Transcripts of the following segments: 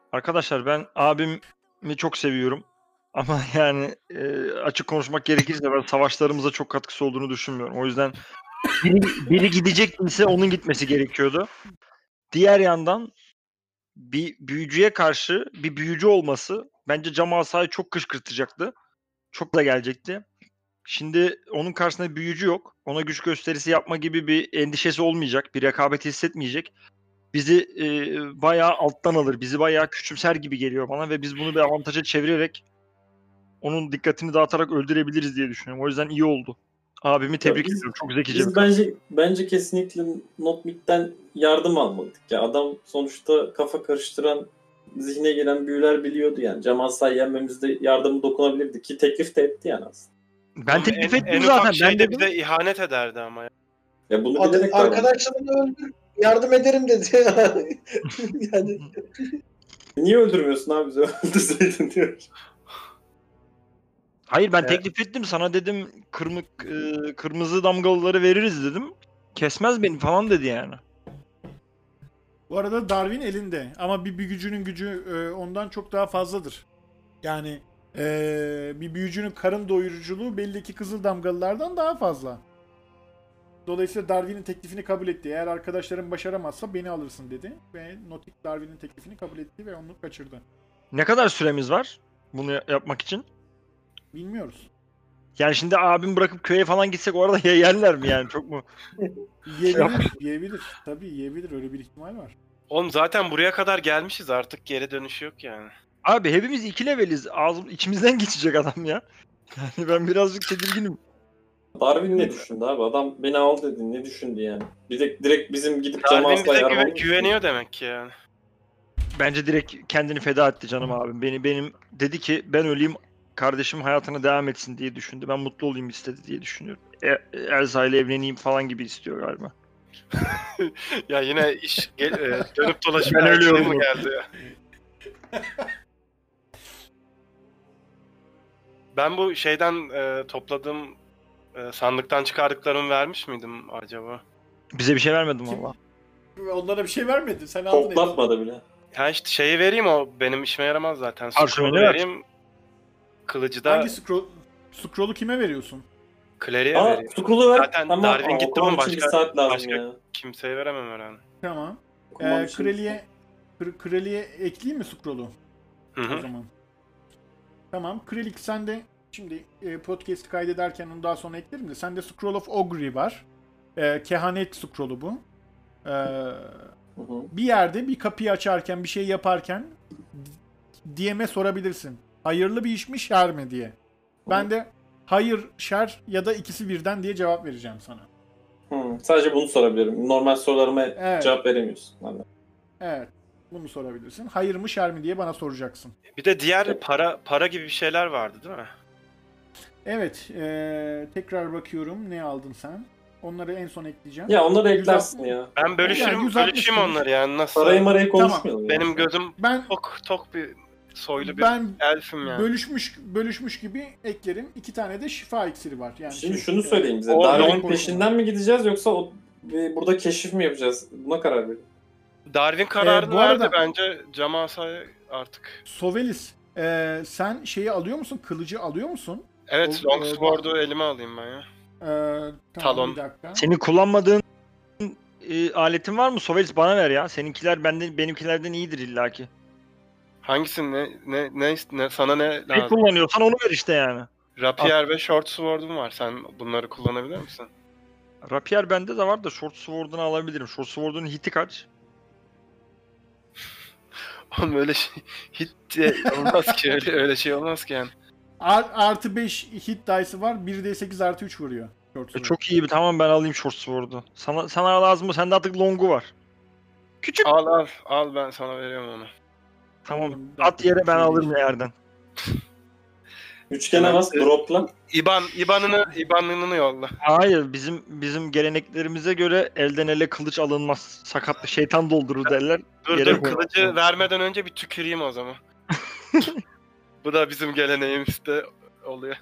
Arkadaşlar ben abimi çok seviyorum. Ama yani açık konuşmak gerekirse ben savaşlarımıza çok katkısı olduğunu düşünmüyorum. O yüzden biri gidecek ise onun gitmesi gerekiyordu. Diğer yandan bir büyücüye karşı bir büyücü olması bence Cam Asa'yı çok kışkırtacaktı. Çok da gelecekti. Şimdi onun karşısında bir büyücü yok. Ona güç gösterisi yapma gibi bir endişesi olmayacak. Bir rekabet hissetmeyecek. Bizi bayağı alttan alır. Bizi bayağı küçümser gibi geliyor bana ve biz bunu bir avantaja çevirerek onun dikkatini dağıtarak öldürebiliriz diye düşünüyorum. O yüzden iyi oldu. Abimi Ya tebrik ediyorum. Çok zekice bir biz karar. bence kesinlikle Notmik'ten yardım almalıydık. Ya adam sonuçta kafa karıştıran, zihne giren büyüler biliyordu yani. Cemal yenmemizde yardımı dokunabilirdi ki teklif de etti yani aslında. Ben Oğlum teklif en ettim ufak zaten. Ben şeyde dedim. bize ihanet ederdi ama ya. Ya bunu bilerek davrandı. Arkadaşlarını öldür, yardım ederim dedi. Yani Niye öldürmüyorsun abi bizi öldürseydin diyor. Hayır ben teklif ettim. Sana dedim kırmızı damgalıları veririz dedim. Kesmez beni falan dedi yani. Bu arada Darwin elinde ama bir büyücünün gücü ondan çok daha fazladır. Yani bir büyücünün karın doyuruculuğu belli ki Kızıl Damgalılardan daha fazla. Dolayısıyla Darwin'in teklifini kabul etti. Eğer arkadaşlarım başaramazsa beni alırsın dedi. Ve Notik Darwin'in teklifini kabul etti ve onu kaçırdı. Ne kadar süremiz var bunu yapmak için? Bilmiyoruz. Yani şimdi abim bırakıp köye falan gitsek orada yerler mi yani? Çok mu? Yiyebilir. Tabii yiyebilir. Öyle bir ihtimal var. Oğlum zaten buraya kadar gelmişiz, artık geri dönüşü yok yani. Abi hepimiz 2 leveliz. İçimizden geçecek adam ya. Yani ben birazcık tedirginim. Darwin ne düşündü abi? Adam beni al dedi. Ne düşündü yani? Bir de direkt bizim gidip Darwin Cemal'la bize yardım güveniyor demek ki yani. Bence direkt kendini feda etti canım abim. Benim dedi ki ben öleyim kardeşim hayatına devam etsin diye düşündü. Ben mutlu olayım istedi diye düşünüyorum. Elsa ile evleneyim falan gibi istiyor galiba. Ya yine iş dönüp dolaşıp Ben öyle Elçi'ye mi yoruldum. geldi ya? Ben bu şeyden topladığım sandıktan çıkardıklarımı vermiş miydim acaba? Bize bir şey vermedin Kim? valla. Onlara bir şey vermedi. Sen aldın hepsini. Toplatmadı bile. Ya işte şeyi vereyim, o benim işime yaramaz zaten. Arşivini Scroll'u ver. vereyim. Kılıcı da Hangi scroll'u kime veriyorsun? Cleri'ye vereyim. Scroll'u ver. Zaten Tamam. Darwin gitti okumam ama için bir saat lazım başka ya. kimseye veremem herhalde. Tamam. Okumam için bir Kraliye ekleyeyim mi scroll'u? Hı hı. O zaman. Tamam. Krelik sen de şimdi podcast kaydederken onu daha sonra eklerim de sende Scroll of Ogre var. Kehanet scroll'u bu. Bir yerde bir kapıyı açarken bir şey yaparken DM'e sorabilirsin. Hayırlı bir iş mi şer mi diye. Ben de hayır, şer ya da ikisi birden diye cevap vereceğim sana. Sadece bunu sorabilirim. Normal sorularıma cevap veremiyorsun. Anladım. Evet. Bunu sorabilirsin. Hayır mı şer mi diye bana soracaksın. Bir de diğer para gibi bir şeyler vardı değil mi? Evet. Tekrar bakıyorum. Ne aldın sen? Onları en son ekleyeceğim. Ya onları eklersin ya. Ben bölüşürüm onları yani nasıl? Parayı konuşmayalım. Benim ya. gözüm Ben tok bir soylu bir ben elfim yani. bölüşmüş gibi eklerim. 2 tane de şifa iksiri var. Yani Şimdi şunu söyleyeyim bize. O Darwin'in long peşinden mi gideceğiz yoksa burada keşif mi yapacağız? Buna karar verin. Darwin kararını bu arada- verdi bence. Cam Asa'ya artık. Sovelis, sen şeyi alıyor musun? Kılıcı alıyor musun? Evet, Longsword'u elime alayım ben ya. Tamam, Talon. bir dakika. Senin kullanmadığın aletin var mı? Sovelis bana ver ya. Seninkiler benimkilerden iyidir illaki. Hangisi ne sana ne Ne lazım? kullanıyorsan onu ver işte yani. Rapier ve Short Sword'um var. Sen bunları kullanabilir misin? Rapier bende de var da Short Sword'unu alabilirim. Short Sword'un hiti kaç? Oğlum öyle şey hiç olmaz ki, öyle şey olmaz ki yani. Artı 5 hit dice'ı var. 1d8 artı 3 vuruyor. Çok iyi. Tamam ben alayım Short Sword'u. Sana lazım mı? Sende artık Long'u var. Küçük. Al ben sana veriyorum onu. Tamam. At yere ben alırım yerden. Üçgene bas, dropla. İban'ını yolla. Hayır bizim geleneklerimize göre elden ele kılıç alınmaz. Sakatlı şeytan doldurur derler. Dur kılıcı vermeden önce bir tüküreyim o zaman. Bu da bizim geleneğimizde oluyor.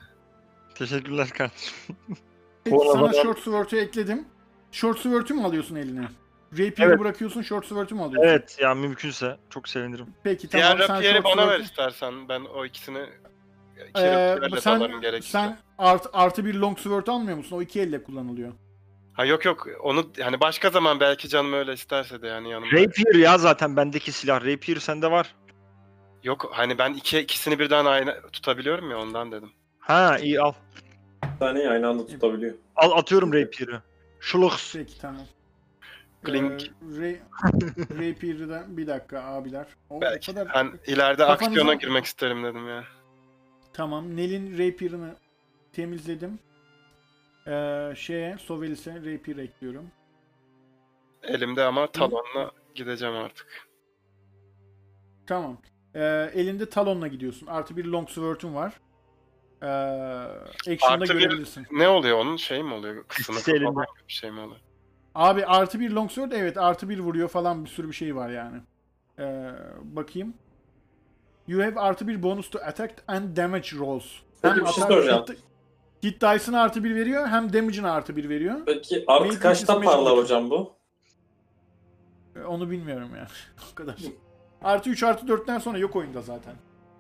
Teşekkürler kardeşim. Sana Short Sword'u ekledim. Short Sword'u mu alıyorsun eline? Rapier'ı Evet. bırakıyorsun, short sword'u mu alıyorsun? Evet ya mümkünse çok sevinirim. Peki tamam. Diğer sen rapier'i short bana ver sword'u- istersen. Ben o ikisini iki rapier'le dalarım gerekirse. sen artı bir long sword almıyor musun? O iki elle kullanılıyor. Ha yok onu yani başka zaman belki canım öyle isterse de yani yanımda. Rapier ya zaten bendeki silah. Rapier sende var. Yok hani ben ikisini birden aynı tutabiliyorum ya ondan dedim. Ha iyi al. Bir taneyi aynı anda tutabiliyor. Al atıyorum Rapier'ı. Şuluks. Peki tamam. Clink. Rapier'den bir dakika abiler. O Belki kadar... ben ileride Kafanıza- aksiyona girmek isterim dedim ya. Tamam. Nel'in Rapier'ını temizledim. Sovelis'e Rapier ekliyorum. Elimde ama talonla gideceğim artık. Tamam. Elinde talonla gidiyorsun. Artı bir long sword'un var. Action'da Artı bir- görebilirsin. Ne oluyor onun şey mi oluyor? Kısmı İkisi elinde. falan bir şey mi oluyor? Abi artı bir long sword, evet, artı bir vuruyor falan, bir sürü bir şey var yani. Bakayım. You have artı bir bonus to attack and damage rolls. Peki bir şey soracağım. Hit dice'ını artı bir veriyor, hem damage'ını artı bir veriyor. Peki artı Matrix kaçta Magic. parlar hocam bu? Onu bilmiyorum yani. O kadar. Artı 3 artı 4'ten sonra yok oyunda zaten.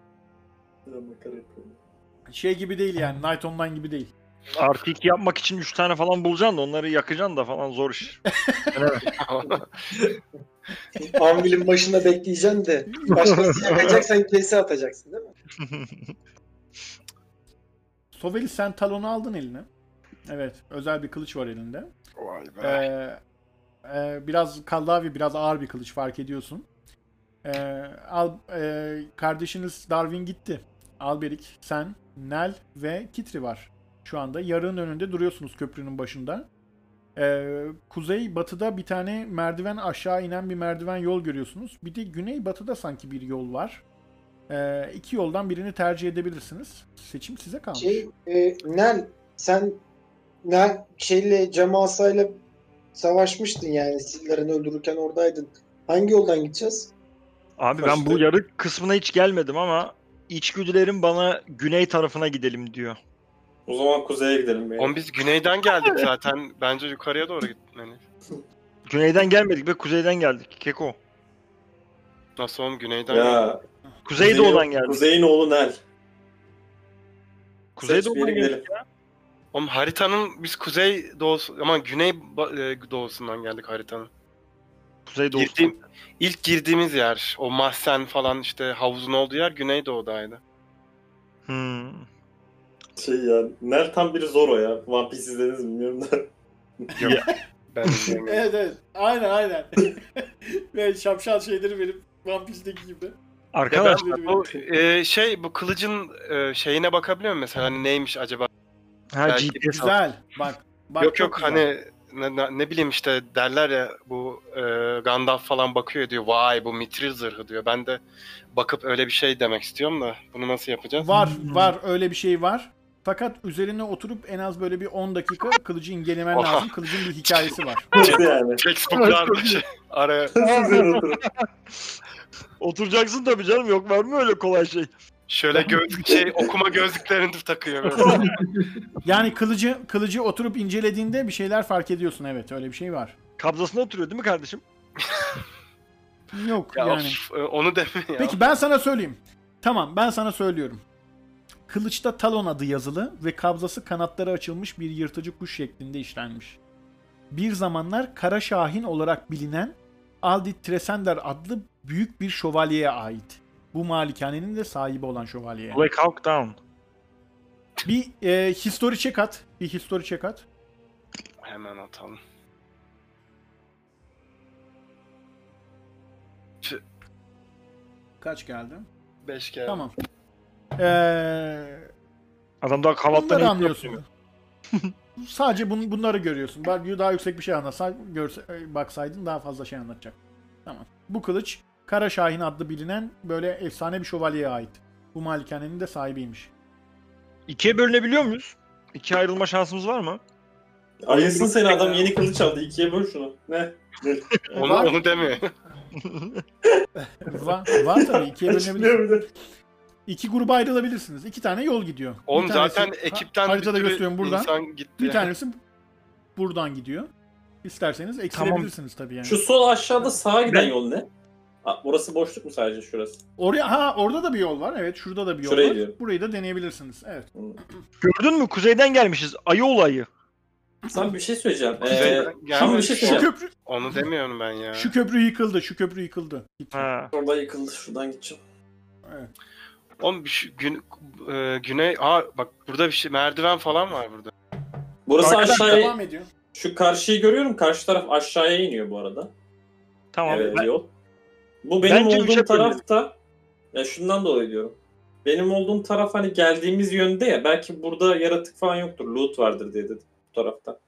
Şey gibi değil yani, Night Online gibi değil. Artı 2 yapmak için 3 tane falan bulacaksın da onları yakacaksın da falan zor iş. Anvil'in başında bekleyeceksin de başkası yakacaksan kese atacaksın değil mi? Sovelis, sen talonu aldın eline. Evet, özel bir kılıç var elinde. Vay be. Biraz kallavi, biraz ağır bir kılıç, fark ediyorsun. Kardeşiniz Darwin gitti. Alberik, sen, Nel ve Kitri var. Şu anda yarığın önünde duruyorsunuz, köprünün başında. Kuzey batıda bir tane merdiven, aşağı inen bir merdiven yol görüyorsunuz. Bir de güney batıda sanki bir yol var. İki yoldan birini tercih edebilirsiniz. Seçim size kalmış. Nel, sen Nel Camasa'yla savaşmıştın yani. Sillerini öldürürken oradaydın. Hangi yoldan gideceğiz? Abi ben bu yarık kısmına hiç gelmedim ama içgüdülerim bana güney tarafına gidelim diyor. O zaman kuzeye gidelim. Oğlum biz güneyden geldik zaten. Bence yukarıya doğru gitmeli. Güneyden gelmedik ve kuzeyden geldik. Keko. Nasıl oğlum güneyden geldik? Ya Kuzeydoğu'dan geldik. Kuzeyin oğlu Nel. Kuzeydoğu'dan Seç bir yere geldik. gidelim. Oğlum haritanın biz kuzey doğusu ama güney doğusundan geldik haritanın. Kuzeydoğu'dan. İlk girdiğimiz yer, o mahzen falan işte havuzun olduğu yer güneydoğudaydı. Hmm. Ya Nel tam bir Zoro ya. One Piece izlediniz mi bilmiyorum da. Ben izleyemiyorum. Evet. Aynen. Ve şapşal şeyleri verip One Piece'deki gibi. Arkadaşlar Bu bu kılıcın şeyine bakabiliyor muyum mesela hani neymiş acaba? ha, belki GPS Güzel. Bak yok çok güzel. hani ne bileyim işte derler ya bu Gandalf falan bakıyor diyor vay bu mitril zırhı diyor. Ben de bakıp öyle bir şey demek istiyorum da bunu nasıl yapacağız? Var öyle bir şey var. Fakat üzerine oturup en az böyle bir 10 dakika kılıcı incelemen Oha. lazım. Kılıcın bir hikayesi var. yani. Textbook'larda şey araya Sizin oturun. Oturacaksın tabii canım, yok var mı öyle kolay şey? şöyle okuma gözlüklerini takıyor böyle. Yani kılıcı oturup incelediğinde bir şeyler fark ediyorsun. Evet, öyle bir şey var. Kabzasında oturuyor değil mi kardeşim? Yok Ya yani. onu deme ya. Peki ben sana söyleyeyim. Tamam, ben sana söylüyorum. Kılıçta Talon adı yazılı ve kabzası kanatları açılmış bir yırtıcı kuş şeklinde işlenmiş. Bir zamanlar Kara Şahin olarak bilinen Aldit Tresender adlı büyük bir şövalyeye ait. Bu malikanenin de sahibi olan şövalye. Black Hawk Down. Bir history check at. Bir history check at. Hemen atalım. Kaç geldi? 5 geldi. Tamam. Adam daha kahvaltıda Bunları ne anlıyorsun. yapıyor? Sadece bunları görüyorsun. Belki daha yüksek bir şey baksaydın daha fazla şey anlatacak. Tamam. Bu kılıç Kara Şahin adlı bilinen böyle efsane bir şövalyeye ait. Bu malikanenin de sahibiymiş. İkiye bölünebiliyor muyuz? İkiye ayrılma şansımız var mı? Ayırsın seni adam yeni kılıç aldı. İkiye böl şunu. Ne? Onu demiyor. Var tabii. İkiye bölünebilirsiniz. Bir de. İki gruba ayrılabilirsiniz. İki tane yol gidiyor. Oğlum Bir tanesi- zaten ekipten haritada bir sürü gösteriyorum buradan. insan gitti. Bir tanesi buradan gidiyor. İsterseniz eksilebilirsiniz tabii yani. Şu sol aşağıda sağa giden Ben- yol ne? Orası boşluk mu sadece şurası? Orada da bir yol var. Evet, şurada da bir yol Şuraya var. diyorum. Burayı da deneyebilirsiniz. Evet. Gördün mü? Kuzeyden gelmişiz. Ayı olayı. Sen bir şey söyleyeceğim. Kuzeyden Şimdi bir şey Şu söyleyeceğim. köprü Onu demiyorum ben ya. şu köprü yıkıldı. Şu köprü yıkıldı. Ha. Orada yıkıldı. Şuradan gideceğim. Evet. Oğlum güney... bak burada bir şey merdiven falan var burada. Burası Arkadaşlar, aşağıya... Devam ediyor. Şu karşıyı görüyorum. Karşı taraf aşağıya iniyor bu arada. Tamam. Yol. Bu benim Bence olduğum üçe tarafta... Ya şundan dolayı diyorum. Benim olduğum taraf hani geldiğimiz yönde ya. Belki burada yaratık falan yoktur. Loot vardır diye dedim bu tarafta.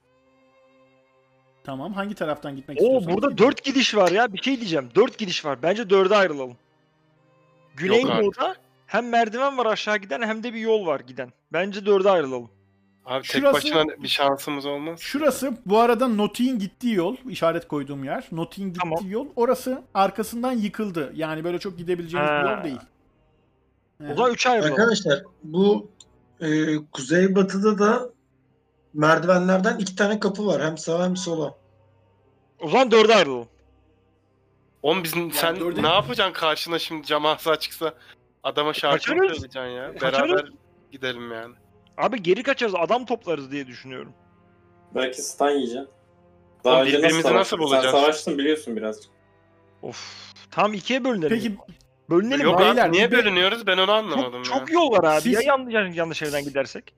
Tamam. Hangi taraftan gitmek Oo, istiyorsunuz? burada 4 gidiş var ya. Bir şey diyeceğim. 4 gidiş var. Bence 4'e ayrılalım. Güneydoğu'da hem merdiven var aşağı giden hem de bir yol var giden. Bence 4'e ayrılalım. Abi tek Şurası- başına bir şansımız olmaz. Şurası bu arada Notik'in gittiği yol. İşaret koyduğum yer. Notik'in gittiği Tamam. yol. Orası arkasından yıkıldı. Yani böyle çok gidebileceğiniz bir Ha. yol değil. O zaman 3'e ayrılalım. Arkadaşlar bu kuzeybatıda da merdivenlerden 2 tane kapı var. Hem sağa hem sola. O zaman 4'e ayrılalım. Oğlum sen dörde- ne yapacaksın karşına şimdi cam asa çıksa adama şarkı mı Kaçarız. söyleyeceksin ya? Kaçarız. Beraber gidelim yani. Abi geri kaçarız. Adam toplarız diye düşünüyorum. Belki stun yiyeceğim. Oğlum Daha önce birbirimizi nasıl savaştık? bulacağız? Sen savaştın biliyorsun birazcık. Of. Tam 2'ye bölünelim. Peki Bölünelim Yok mi? beyler, abi niye bir de- bölünüyoruz ben onu anlamadım Çok, ya. çok yol var abi. Siz- Ya yanlış evden gidersek.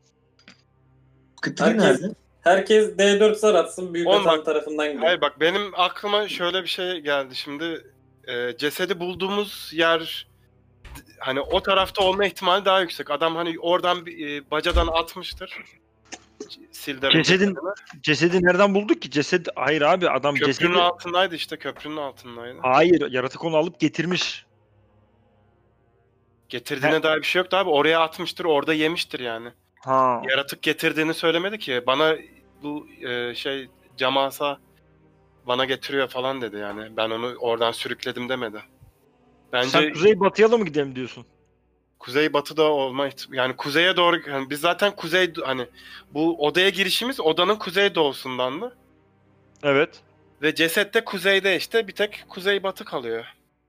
Kıtri Herkes- nerede? Herkes D4 zar atsın. Büyük Oğlum atan bak- tarafından gidiyor. Hayır bak benim aklıma şöyle bir şey geldi şimdi. Cesedi bulduğumuz yer hani o tarafta olma ihtimali daha yüksek. Adam hani oradan bacadan atmıştır. Sildar'ın Cesedi nereden bulduk ki? Hayır abi adam köprünün cesedi... altındaydı işte köprünün altındaydı. Hayır, yaratık onu alıp getirmiş. Getirdiğine dair bir şey yoktu abi. Oraya atmıştır, orada yemiştir yani. Ha. Yaratık getirdiğini söylemedi ki. Bana bu cam asa bana getiriyor falan dedi yani. Ben onu oradan sürükledim demedi. Bence Sen kuzeybatıya da mı gidelim diyorsun? kuzeybatıda olma yani kuzeye doğru yani biz zaten kuzey hani bu odaya girişimiz odanın kuzeydoğusundandı Evet. ve ceset de kuzeyde işte bir tek kuzeybatı kalıyor.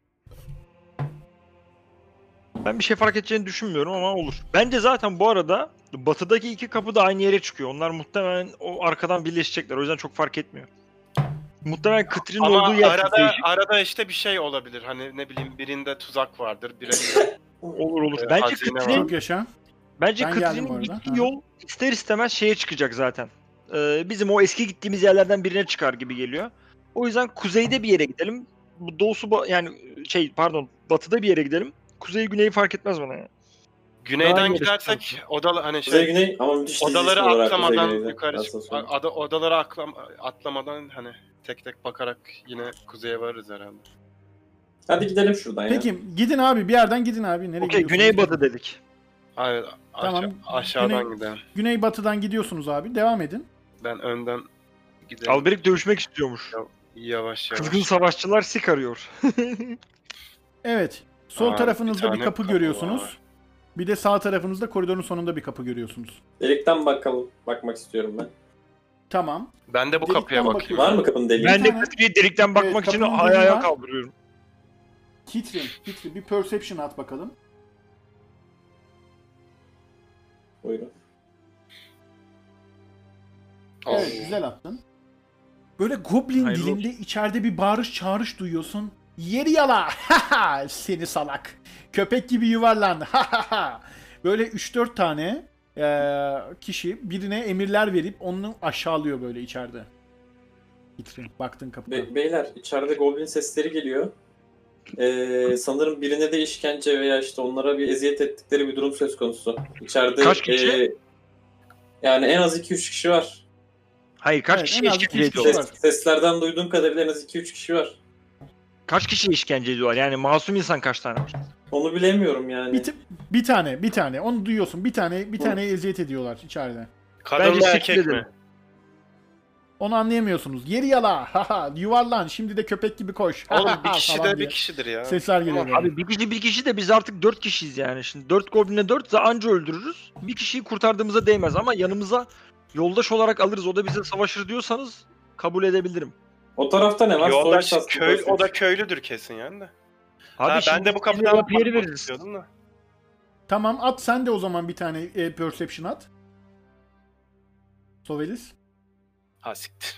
Ben bir şey fark edeceğini düşünmüyorum ama olur. Bence zaten bu arada batıdaki 2 kapı da aynı yere çıkıyor. Onlar muhtemelen o arkadan birleşecekler. O yüzden çok fark etmiyor. Muhtemelen Kıtri'nin Ama olduğu yer çok değişik. arada işte bir şey olabilir. Hani ne bileyim birinde tuzak vardır, birinde Olur. hazine Bence var. Kıtri'nin çok yaşa. Bence Ben geldim Kıtri'nin bu arada. gittiği Aha. yol ister istemez şeye çıkacak zaten. Bizim o eski gittiğimiz yerlerden birine çıkar gibi geliyor. O yüzden kuzeyde bir yere gidelim. Bu batıda bir yere gidelim. Kuzey güneyi fark etmez bana ya. güneyden Daha gidersek hani Kuzey Güney ama müthiş odaları dizisi olarak Kuzey atlamadan Güney'de. yukarı Nasıl söyleyeyim? odaları atlamadan hani tek tek bakarak yine kuzeye varırız herhalde. Hadi gidelim şuradan ya. Peki gidin abi bir yerden gidin abi. Nereye Okey, gidiyorsunuz? güneybatı dedik. Hayır, Tamam, aşağıdan güney- gidelim. Güneybatıdan gidiyorsunuz abi. Devam edin. Ben önden gidelim. Alberik dövüşmek istiyormuş. Yavaş yavaş. Kızgın savaşçılar sik arıyor. Evet. Sol Aa, tarafınızda bir bir tane kapı kapı görüyorsunuz. var. Bir de sağ tarafınızda koridorun sonunda bir kapı görüyorsunuz. Delikten bakalım. Bakmak istiyorum ben. Tamam. Ben de bu Delikten kapıya bakayım. bakıyorsun. Var mı kapının deliği? Ben de tane- Kıtri'ye delikten bakmak Evet, için kapının ayağa deliği var. kaldırıyorum. Hitri bir perception at bakalım. Buyurun. Evet, güzel attın. Böyle goblin Hayırlı dilinde içeride bir bağırış çağırış duyuyorsun. Yeri yala. Seni salak. Köpek gibi yuvarlan. Böyle 3-4 tane kişi birine emirler verip onu aşağılıyor böyle içeride. Hitri, baktın kapıdan. Beyler içeride goblin sesleri geliyor. Sanırım birine de işkence veya işte onlara bir eziyet ettikleri bir durum söz konusu. İçeride Kaç kişi? Yani en az 2-3 kişi var. Hayır, kaç Evet, kişi en az işkence 2-3 kişi ediyorlar? var. Seslerden duyduğum kadarıyla en az 2-3 kişi var. Kaç kişi işkence ediyorlar? Yani masum insan kaç tane var? Onu bilemiyorum yani. Bir tane onu duyuyorsun. Bir tane eziyet ediyorlar içeride. Kadın Bence mı erkek siktir mi? edelim. Onu anlayamıyorsunuz. Yeri yala. Yuvarlan. Şimdi de köpek gibi koş. Oğlum bir kişi falan de diye bir kişidir ya. Sesler geliyor. böyle. Abi bir kişi de biz artık 4 kişiyiz yani. Şimdi 4 gobline 4 anca öldürürüz. Bir kişiyi kurtardığımıza değmez ama yanımıza yoldaş olarak alırız. O da bize savaşır diyorsanız kabul edebilirim. O tarafta ne var? Yoldaş Soysas, köy, o da Soysas. köylüdür kesin yani de. Abi Ha, ben şimdi de bu kapıdan Lapierre'i bakmak veririz. istiyordum da. Tamam at sen de o zaman bir tane perception at. Sovelis. Ha siktir.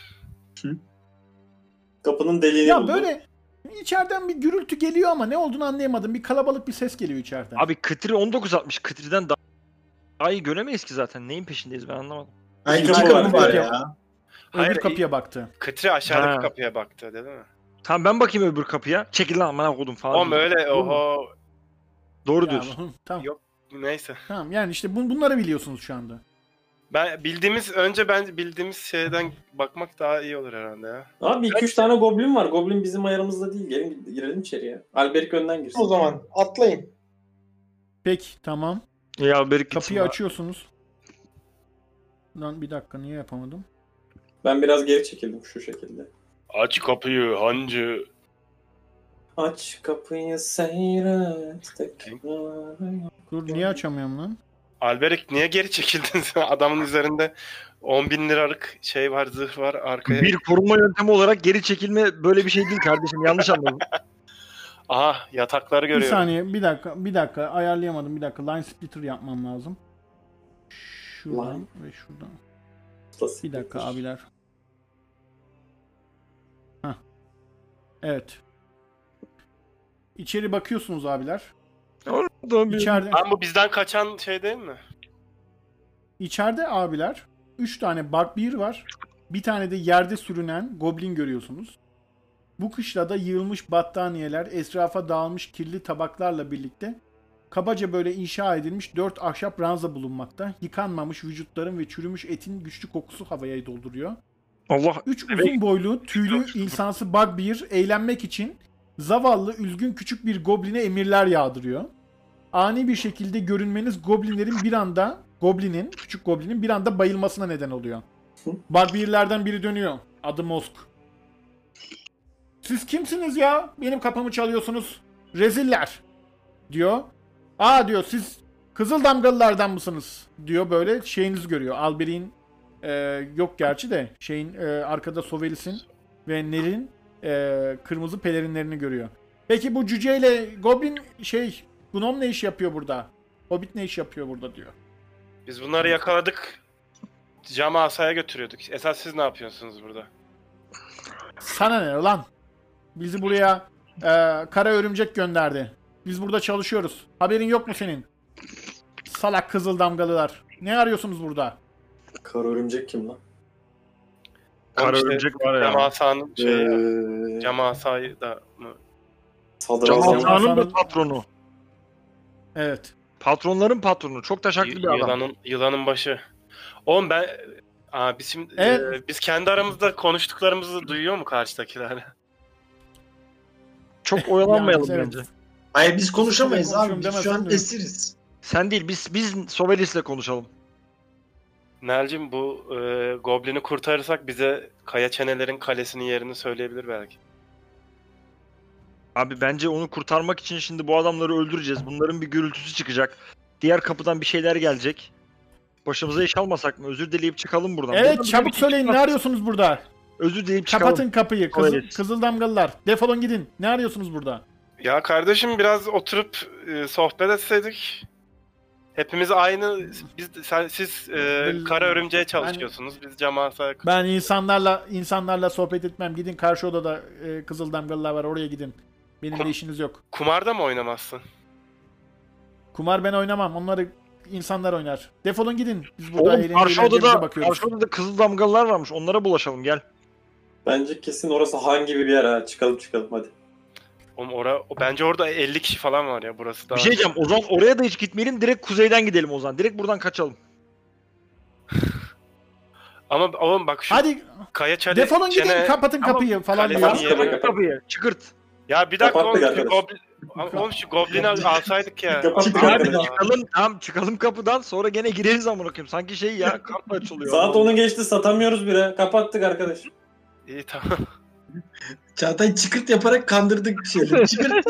Kapının deliğini Ya buldu. böyle içeriden bir gürültü geliyor ama ne olduğunu anlayamadım. Bir kalabalık bir ses geliyor içeriden. Abi Kıtri 1960. Kıtri'den daha iyi göremeyiz ki zaten. Neyin peşindeyiz ben anlamadım. Ay İki iki kapı kapı var var ya. ya. Öbür Hayır, kapıya baktı. Kıtri aşağıdaki Ha. kapıya baktı değil mi? Tamam ben bakayım öbür kapıya. Çekil lan amına kodum falan. Oğlum öyle Olur mu? oho. Doğru Ya, diyorsun. tamam. Yok. Neyse. Tamam yani işte bunları biliyorsunuz şu anda. Ben bildiğimiz şeyden bakmak daha iyi olur herhalde ya. Abi 2-3 tane goblin var. Goblin bizim ayarımızda değil. Gelin girelim içeriye. Alberic önden girsin. O zaman atlayın. Peki tamam. Ya Berik Kapıyı açıyorsunuz. Lan bir dakika niye yapamadım? Ben biraz geri çekildim şu şekilde. Aç kapıyı hancı. Aç kapıyı seyret. Dur niye açamıyorum lan? Alberic niye geri çekildin sen? Adamın üzerinde 10.000 liralık şey var, zırh var arkaya. Bir koruma yöntemi olarak geri çekilme böyle bir şey değil kardeşim. Yanlış anladın. Aha yatakları Bir görüyorum. saniye bir dakika ayarlayamadım bir dakika line splitter yapmam lazım. Şuradan Line. ve şuradan. Bir dakika abiler. Hah. Evet. İçeri bakıyorsunuz abiler. İçeride, Lan bu bizden kaçan şey değil mi? içeride abiler 3 tane bugbear var. Bir tane de yerde sürünen goblin görüyorsunuz. Bu kışlada yığılmış battaniyeler, etrafa dağılmış kirli tabaklarla birlikte kabaca böyle inşa edilmiş 4 ahşap ranza bulunmakta. Yıkanmamış vücutların ve çürümüş etin güçlü kokusu havayı dolduruyor. Allah 3 uzun boylu, tüylü insansı bugbear eğlenmek için zavallı, üzgün küçük bir gobline emirler yağdırıyor. Ani bir şekilde görünmeniz küçük goblinin bir anda bayılmasına neden oluyor. Bugbear'lerden biri dönüyor. Adı Mosk. Siz kimsiniz ya? Benim kapımı çalıyorsunuz. Reziller. Diyor. Aa diyor siz Kızıl Damgalılardan mısınız? Diyor böyle şeyinizi görüyor. Alberic'in yok gerçi de arkada Sovelis'in ve Nel'in kırmızı pelerinlerini görüyor. Peki bu cüceyle Goblin Gnom ne iş yapıyor burada? Hobbit ne iş yapıyor burada diyor. Biz bunları yakaladık. Cam asaya götürüyorduk. Esas siz ne yapıyorsunuz burada? Sana ne lan? Bizi buraya kara örümcek gönderdi. Biz burada çalışıyoruz. Haberin yok mu senin? Salak Kızıl Damgalılar. Ne arıyorsunuz burada? Kara örümcek kim lan? kara İşte örümcek var Cam ya. asanın cam asayı da mı? Sadrazam. Camalhan'ın da Hasan'ın- patronu. Evet. Patronların patronu. Çok taşaklı bir adam. Yılanın başı. Oğlum biz şimdi Evet. biz kendi aramızda konuştuklarımızı duyuyor mu karşıdakiler? Çok oyalanmayalım Yani, bence. evet. Hayır biz konuşamayız Konuşuyorum abi. Biz şu demesem an de. esiriz. Sen değil biz Sovelis'le konuşalım. Nelcim bu Goblin'i kurtarırsak bize Kaya Çenelerin kalesinin yerini söyleyebilir belki. Abi bence onu kurtarmak için şimdi bu adamları öldüreceğiz. Bunların bir gürültüsü çıkacak. Diğer kapıdan bir şeyler gelecek. Başımıza iş almasak mı? Özür dileyip çıkalım buradan. Evet Buradan çabuk bir şey söyleyin ne çıkmaz. arıyorsunuz burada? Özür dileyip çıkalım. Kapatın kapıyı. Sovelis. Kızıl Damgalılar. Defolun gidin. Ne arıyorsunuz burada? Ya kardeşim biraz oturup sohbet etseydik. Hepimiz aynı. Siz kara örümceğe çalışıyorsunuz. Biz cam asaya. Ben insanlarla sohbet etmem. Gidin karşı odada Kızıl Damgalılar var. Oraya gidin. Benim de işiniz yok. Kumarda mı oynamazsın? Kumar ben oynamam. Onları insanlar oynar. Defolun gidin. Biz burada Oğlum eğlencemize bakıyoruz. karşı odada kızıl damgalılar varmış. Onlara bulaşalım gel. Bence kesin orası Han gibi bir yer ha. Çıkalım hadi. Oğlum bence orada 50 kişi falan var ya, burası daha. Bir şey diyeceğim. O zaman oraya da hiç gitmeyelim. Direkt kuzeyden gidelim o zaman. Direkt buradan kaçalım. Ama oğlum bak şu Hadi Kaya defolun gidin kapatın Tamam, kapıyı falan kale- diyor. Kapat, Kapat, kapat. kapat. Kapıyı çıkırt. Ya bir dakika Kapattık oğlum, arkadaş. oğlum şu Goblin'i alsaydık ya. Kapattık Abi arkadaş. çıkalım kapıdan sonra gene gireriz amına koyayım. Sanki şey ya kart mı açılıyor? Saat 10'u geçti, satamıyoruz bile. Kapattık arkadaş. İyi tamam. Çağatay çıkırt yaparak kandırdık şeyleri. Çıkırt.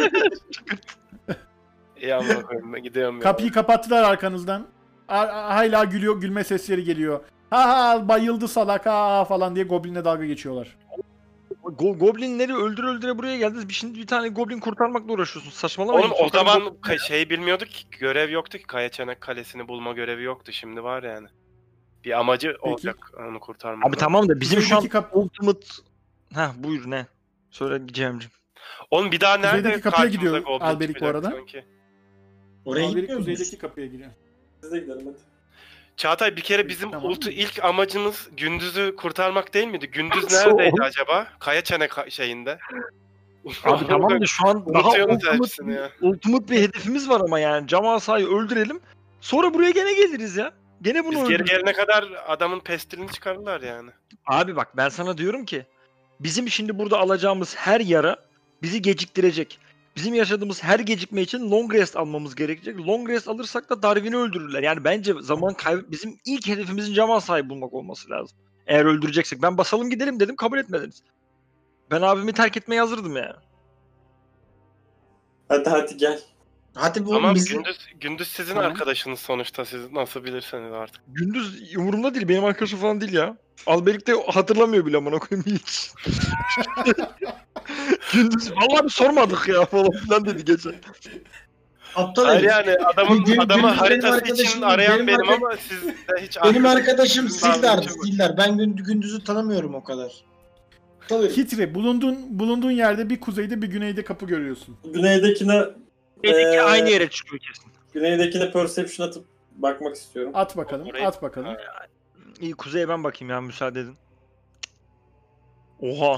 İyi amına koyayım, ben gidiyorum ya. Kapıyı kapattılar arkanızdan. Hala gülme sesleri geliyor. Ha bayıldı salak ha falan diye Goblin'le dalga geçiyorlar. Goblinleri öldüre buraya geldiniz. Şimdi bir tane goblin kurtarmakla uğraşıyorsun. Saçmalamayın. Oğlum o Sokağın zaman goblin- şey bilmiyorduk ki, görev yoktu ki, Kayaçanak Kalesi'ni bulma görevi yoktu. Şimdi var yani. Bir amacı olacak onu kurtarmak. Abi tamam da bizim şu an Kuzeydeki ultimate... Heh buyur ne? Söyle Cem'ciğim. Oğlum bir daha nerede Kuzeydeki kapıya karşımıza gidiyor Goblin Alberik bu çıkacak arada. sanki? Oraya Alberik gitmiyor muyuz? kuzeydeki kapıya giriyor. Biz de gidelim hadi. Çağatay bir kere bizim Tamam. ilk amacımız Gündüz'ü kurtarmak değil miydi? Gündüz Nasıl neredeydi o? acaba? Kayaçane şeyinde. Abi tamam da şu an daha Unutuyorsunuz hepsini ya. ultimate bir hedefimiz var ama yani. Cam Asa'yı öldürelim. Sonra buraya gene geliriz ya. Gene bunu Biz geri öldürürüz. gelene kadar adamın pestilini çıkarırlar yani. Abi bak ben sana diyorum ki bizim şimdi burada alacağımız her yara bizi geciktirecek. Bizim yaşadığımız her gecikme için long rest almamız gerekecek. Long rest alırsak da Darwin'i öldürürler. Yani bence zaman bizim ilk hedefimizin Cam Asa'yı bulmak olması lazım. Eğer öldüreceksek. Ben basalım gidelim dedim kabul etmediniz. Ben abimi terk etmeye hazırdım yani. Hadi gel. Hadi bu Ama bizim... Gündüz sizin Tamam. arkadaşınız sonuçta, siz nasıl bilirseniz artık. Gündüz umurumda değil. Benim arkadaşım falan değil ya. Alberik de hatırlamıyor bile amına koyayım hiç. Gündüz vallahi bir sormadık ya falan filan dedi geçen. Aptal Hayır herif. yani adamı Gündüz benim haritası arkadaşım için değil, arayan benim benim ama siz de hiç Benim arkadaşım Sizin Sildar. davranışı bu. Sildar. Ben Gündüz'ü tanımıyorum o kadar. Tanıyorum. Kitri bulunduğun yerde bir kuzeyde bir güneyde kapı görüyorsun. Güneydekine Aynı yere çıkıyor kesin. Güneydekine perception atıp bakmak istiyorum. At bakalım, Orayı- at bakalım. Ha. İyi kuzeye ben bakayım ya müsaade edin. Oha.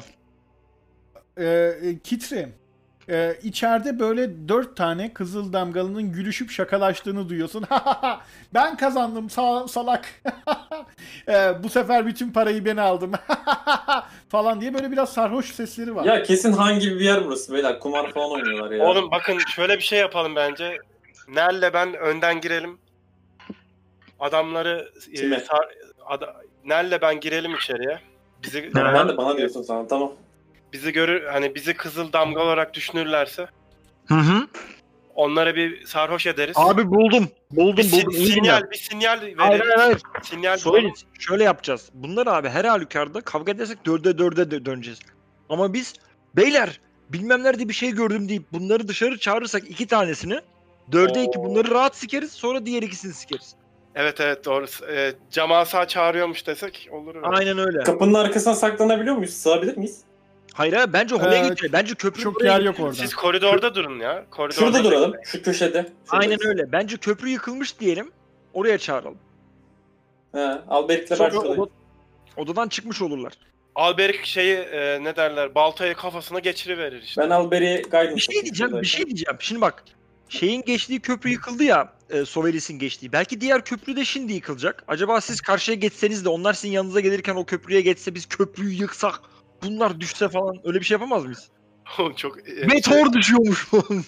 Kitri, içeride böyle 4 tane kızıl damgalının gülüşüp şakalaştığını duyuyorsun. Ben kazandım salak. Bu sefer bütün parayı ben aldım. Falan diye böyle biraz sarhoş sesleri var. Ya kesin hangi bir yer burası beyler. Kumar falan oynuyorlar ya. Oğlum bakın şöyle bir şey yapalım bence. Ner'le ben önden girelim. Adamları Kime? Ner'le ben girelim içeriye. Bizi Ben de bana diyorsun sana tamam. bizi görür, hani bizi kızıl damga olarak düşünürlerse Hı. onlara bir sarhoş ederiz. Abi buldum. Buldum. İyi dinle. Bir sinyal verelim. Hayır. Sinyal Şöyle, bulalım. şöyle yapacağız. Bunlar abi her halükarda kavga edersek 4'e döneceğiz. Ama biz beyler bilmem nerede bir şey gördüm deyip bunları dışarı çağırırsak 2 tanesini 4'e 2 Oo. bunları rahat sikeriz sonra diğer ikisini sikeriz. Evet doğru. Camasa çağırıyormuş desek olur. öyle. Aynen öyle. Kapının arkasına saklanabiliyor muyuz? Sığabilir miyiz? Hayır bence oraya Ee, gideceğiz. Bence köprü Çok buraya yer gidecek. yok orada. Siz koridorda durun ya. Koridorda Şurada duralım. Şu köşede. Aynen öyle. Bence köprü yıkılmış diyelim. Oraya çağıralım. He, Alberik'le ben Sonra şuradayım. odadan çıkmış olurlar. Alberik şeyi ne derler, baltayı kafasına geçiriverir işte. Ben Alberik'e guidance Bir şey atayım diyeceğim, şuradayken. bir şey diyeceğim. Şimdi bak, şeyin geçtiği köprü yıkıldı ya, Sovelis'in geçtiği. Belki diğer köprü de şimdi yıkılacak. Acaba siz karşıya geçseniz de onlar sizin yanınıza gelirken o köprüye geçse biz köprüyü yıksak, bunlar düşse falan öyle bir şey yapamaz mıyız? Çok Meteor düşüyormuş falan.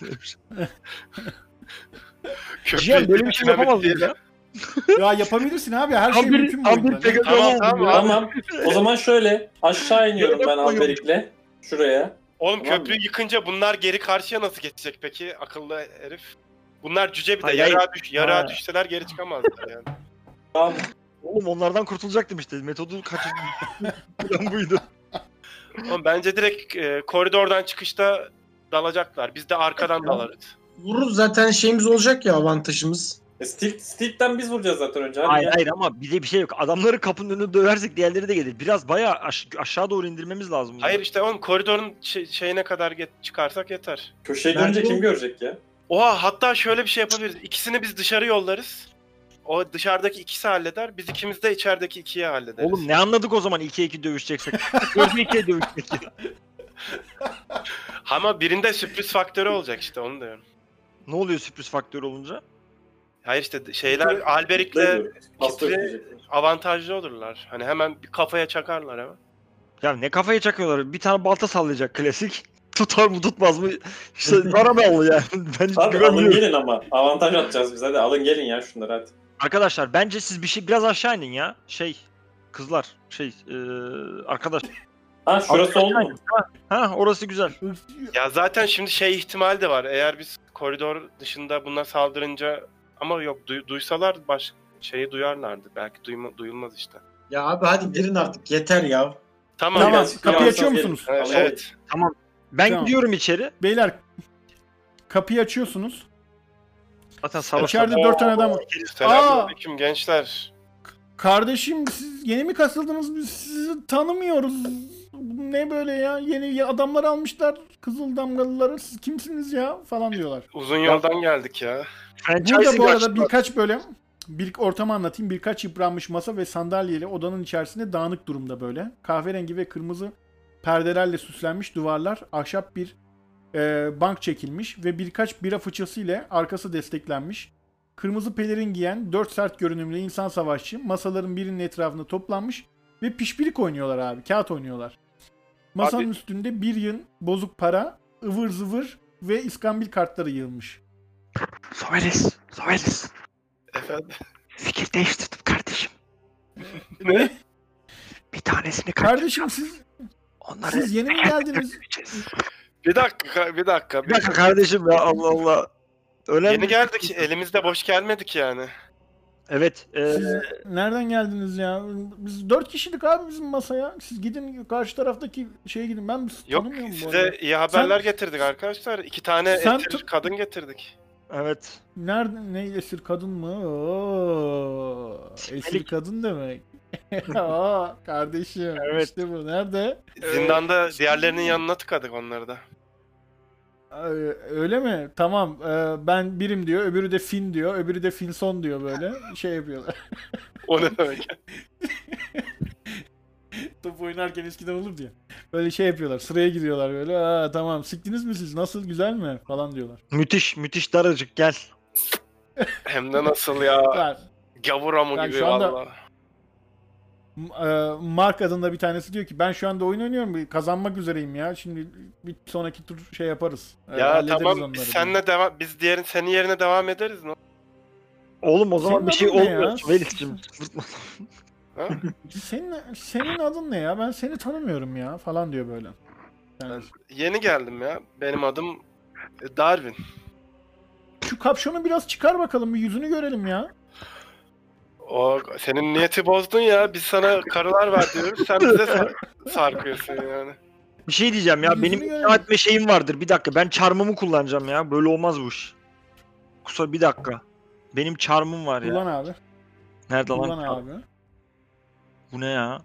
Cihan böyle bir şey yapamaz mıyız ya? Ya yapabilirsin abi, her şey mümkün bu oyunda. Tamam. O zaman şöyle aşağı iniyorum ben Alberik'le. Şuraya. Oğlum Tamam köprüyü yıkınca bunlar geri karşıya nasıl geçecek peki, akıllı herif? Bunlar cüce bir de, Hayır, yarağa Ha. düşseler geri çıkamazlar yani. Tamam. Oğlum onlardan kurtulacaktım işte. Metodu kaçırdım. Plan buydu. Oğlum bence direkt koridordan çıkışta dalacaklar. Biz de arkadan dalarız. Vururuz zaten şeyimiz olacak ya avantajımız. Steel'den biz vuracağız zaten önce. Hadi Hayır gel. hayır ama bize bir şey yok. Adamları kapının önünde döversek diğerleri de gelir. Biraz bayağı aşağı doğru indirmemiz lazım. bunu. Hayır işte oğlum koridorun şeyine kadar çıkarsak yeter. Köşeye Bence dönünce o- kim görecek ya? Oha, hatta şöyle bir şey yapabiliriz. İkisini biz dışarı yollarız. O dışarıdaki ikisi halleder. Biz ikimiz de içerideki ikiye hallederiz. Oğlum ne anladık o zaman 2'ye 2 dövüşeceksek. 4'e 2'ye dövüşecek ya. Ama birinde sürpriz faktörü olacak işte, onu diyorum. Ne oluyor sürpriz faktör olunca? Hayır işte şeyler Ne Alberik'le diyorum? Hasta Kitri öpecekler. avantajlı olurlar. Hani hemen bir kafaya çakarlar hemen. Ya ne kafaya çakıyorlar? Bir tane balta sallayacak klasik. Tutar mı tutmaz mı? İşte bana bağlı yani. Ben hiç Hadi alın güvenmiyorum. gelin ama. Avantaj atacağız biz. Hadi alın gelin ya şunları hadi. Arkadaşlar bence siz biraz aşağı inin ya. Kızlar arkadaş. Ha şurası oldu mu? Ha orası güzel. Ya zaten şimdi şey ihtimal de var. Eğer biz koridor dışında buna saldırınca, ama yok duysalar şeyi duyarlardı. Belki duyulmaz işte. Ya abi hadi girin artık yeter ya. Tamam. Tamam, Biraz- kapıyı biraz- açıyor musunuz? Evet. Ben Tamam. gidiyorum içeri. Beyler kapıyı açıyorsunuz. Zaten savaş İçeride 4 tane adam var. Selamünaleyküm gençler. Kardeşim siz yeni mi kasıldınız? Biz sizi tanımıyoruz. Ne böyle ya? Yeni adamlar almışlar. Kızıl damgalıları. Siz kimsiniz ya? Falan diyorlar. Uzun yoldan geldik ya. Burada franchise'ı bu arada açtılar. birkaç böyle bir ortamı anlatayım. Birkaç yıpranmış masa ve sandalyeyle odanın içerisinde dağınık durumda böyle. Kahverengi ve kırmızı perdelerle süslenmiş duvarlar. Ahşap bir bank çekilmiş ve birkaç bira fıçısı ile arkası desteklenmiş. Kırmızı pelerin giyen 4 sert görünümlü insan savaşçı masaların birinin etrafında toplanmış ve pişpirik oynuyorlar abi. Kağıt oynuyorlar. Masanın Abi- üstünde bir yığın bozuk para, ıvır zıvır ve iskambil kartları yığılmış. Sovelis. Efendim. Fikir değiştirdim kardeşim. Ne? Bir tanesini Kardeşim siz yeni mi geldiniz? Bir dakika. Bir dakika kardeşim ya, Allah Allah. Önemli. Yeni geldik. Elimizde boş gelmedik yani. Evet. Siz nereden geldiniz ya? Biz 4 kişilik abi bizim masaya. Siz gidin karşı taraftaki şeye gidin. Ben Yok tanımıyorum bu size arada. iyi haberler getirdik arkadaşlar. 2 tane Sen esir kadın getirdik. Evet. Nerede? Ne esir kadın mı? Oo, esir Simelik. kadın demek. Aa, kardeşim. Evet. İşte bu. Nerede? Zindanda diğerlerinin yanına tıkadık onları da. Öyle mi? Tamam. Ben birim diyor. Öbürü de Fin diyor. Öbürü de Finson diyor böyle. Şey yapıyorlar. O ne demek? Top oynarken eskiden olurdu ya. Böyle şey yapıyorlar. Sıraya giriyorlar böyle. Aa, tamam. Siktiniz mi siz? Nasıl? Güzel mi? Falan diyorlar. Müthiş daracık gel. Hem de nasıl ya? Ben, Gavura Ben gibi şu anda- valla. Mark adında bir tanesi diyor ki ben şu anda oyun oynuyorum. Kazanmak üzereyim ya. Şimdi bir sonraki tur şey yaparız. Ya Hallederiz tamam onları biz diyor. seninle devam biz senin yerine devam ederiz mi? Oğlum o zaman Senin bir şey adın ne olmuyor. ya? Sovelis'cim. Ha? Senin adın ne ya? Ben seni tanımıyorum ya falan diyor böyle. Yani Yeni geldim ya. Benim adım Darwin. şu kapşonu biraz çıkar bakalım bir yüzünü görelim ya. O senin niyeti bozdun ya. Biz sana karılar ver diyoruz. Sen bize sarkıyorsun yani. Bir şey diyeceğim ya. Yüzünü Benim görelim. ikna etme şeyim vardır. Bir dakika. Ben charm'ımı kullanacağım ya. Böyle olmaz bu iş. Kusura bir dakika. Benim charm'ım var ya. Kullan abi. Nerede lan? Kullan charm? abi. Bu ne ya?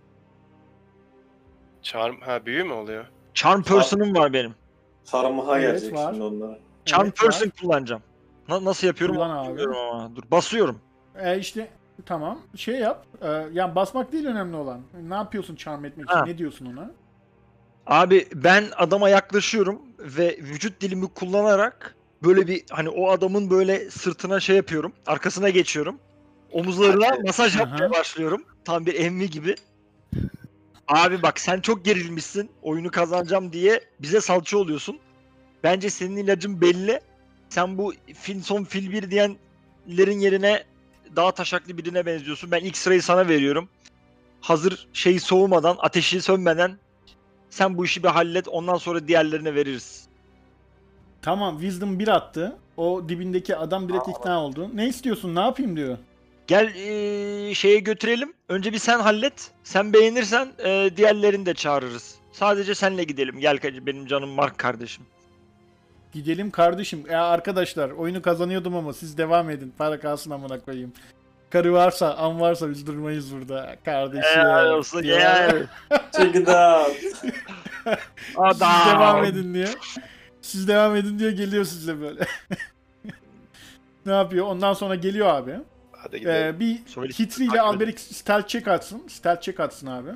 Büyü mü oluyor? Charm person'ım var benim. Sarmaha Evet, gelecek var. şimdi onlara. Charm Evet, person var. kullanacağım. Nasıl yapıyorum? Kullan abi. Bilmiyorum ama. Dur basıyorum. İşte tamam. Şey yap. Yani basmak değil önemli olan. Ne yapıyorsun charm etmek için? Ha. Ne diyorsun ona? Abi ben adama yaklaşıyorum ve vücut dilimi kullanarak böyle bir hani o adamın böyle sırtına şey yapıyorum. Arkasına geçiyorum. Omuzlarına Hadi. masaj Aha. yapmaya başlıyorum. Tam bir emmi gibi. Abi bak sen çok gerilmişsin. Oyunu kazanacağım diye bize salça oluyorsun. Bence senin ilacın belli. Sen bu Finson fil 1 diyenlerin yerine daha taşaklı birine benziyorsun. Ben ilk sırayı sana veriyorum. Hazır şeyi soğumadan, ateşi sönmeden sen bu işi bir hallet. Ondan sonra diğerlerine veririz. Tamam Wisdom 1 attı. O dibindeki adam direkt ikna oldu. Ne istiyorsun? Ne yapayım diyor. Gel şeye götürelim. Önce bir sen hallet. Sen beğenirsen diğerlerini de çağırırız. Sadece senle gidelim. Gel benim canım Mark kardeşim. Gidelim kardeşim. Arkadaşlar oyunu kazanıyordum ama siz devam edin. Para kalsın amına koyayım. Karı varsa, an varsa biz durmayız burada. Kardeşim. Olsun diyor. gel. Check it out. Siz devam edin diye. Siz devam edin diye geliyor size böyle. Ne yapıyor? Ondan sonra geliyor abi. Hadi gidelim. Bir Sovelis, Hitri ile takip Alberic stealth check atsın. Stealth check atsın abi.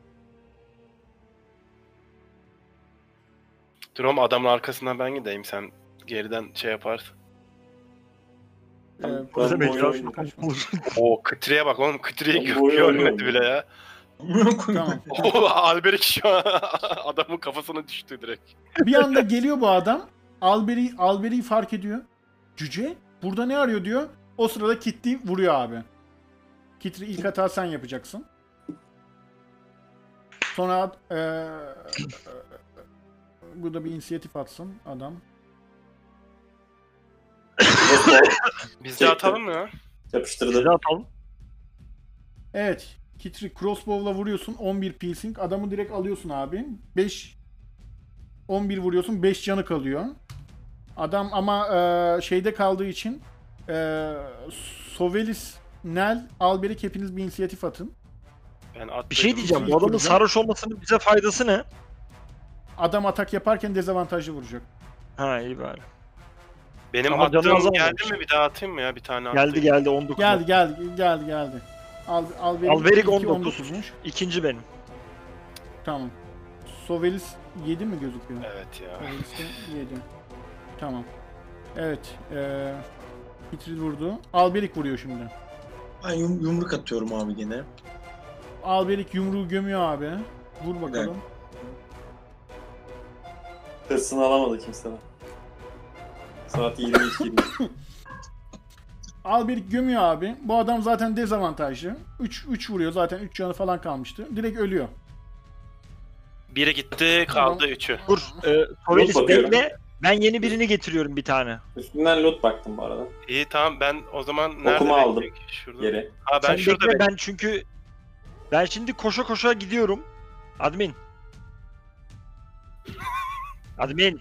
Dur oğlum adamın arkasından ben gideyim sen geriden şey yaparsın. Ee, Ne Ben demek bu ya? oyunu Olur. Oo Kıtri'ye bak oğlum Kıtri'yi Ben bu oyunu görmedi oynuyorum. bile ya. Tamam. Oo Alberic şu an adamın kafasına düştü direkt. Bir anda geliyor bu adam. Alberic'i fark ediyor. Cüce burada ne arıyor diyor. O sırada Kitty vuruyor abi. Kitty ilk hata sen yapacaksın. Sonra burada bir inisiyatif atsın adam. Biz de atalım mı ya? Yapıştırdı. Size atalım. Evet. Kitri crossbow'la vuruyorsun. 11 piercing. Adamı direkt alıyorsun abi. 11 vuruyorsun. 5 canı kalıyor. Adam ama şeyde kaldığı için Sovelis, Nel, Alberik hepiniz bir inisiyatif atın. Ben Bir şey diyeceğim. Bu adamın kuracağım. sarhoş olmasının bize faydası ne? Adam atak yaparken dezavantajlı vuracak. Ha iyi bari. Benim Ama canı attığım azalmamış. geldi mi? Bir daha atayım mı ya? Bir tane attım. Geldi 19. Geldi. Alberik ilki 19. 19'muş. İkinci benim. Tamam. Sovelis 7 mi gözüküyor? Evet ya. Sovelis'te 7. Tamam. Evet. Kitri vurdu. Alberik vuruyor şimdi. Ben yumruk atıyorum abi gene. Alberik yumruğu gömüyor abi. Vur bakalım. Hırsını alamadı kimseden. Saat 22:20. Alberik gömüyor abi. Bu adam zaten dezavantajlı. 3 vuruyor zaten 3 canı falan kalmıştı. Direkt ölüyor. Biri gitti, kaldı 3'ü. Dur. Sovelis bakıyorum. bekle. Ben yeni birini getiriyorum bir tane. Üstünden loot baktım bu arada. İyi tamam, ben o zaman nerede Okuma aldım. bekleyeyim? Şurada. Geri. Ha ben Sen şurada bekle, bekliyorum. ben çünkü ben şimdi koşa koşa gidiyorum. Admin. Admin.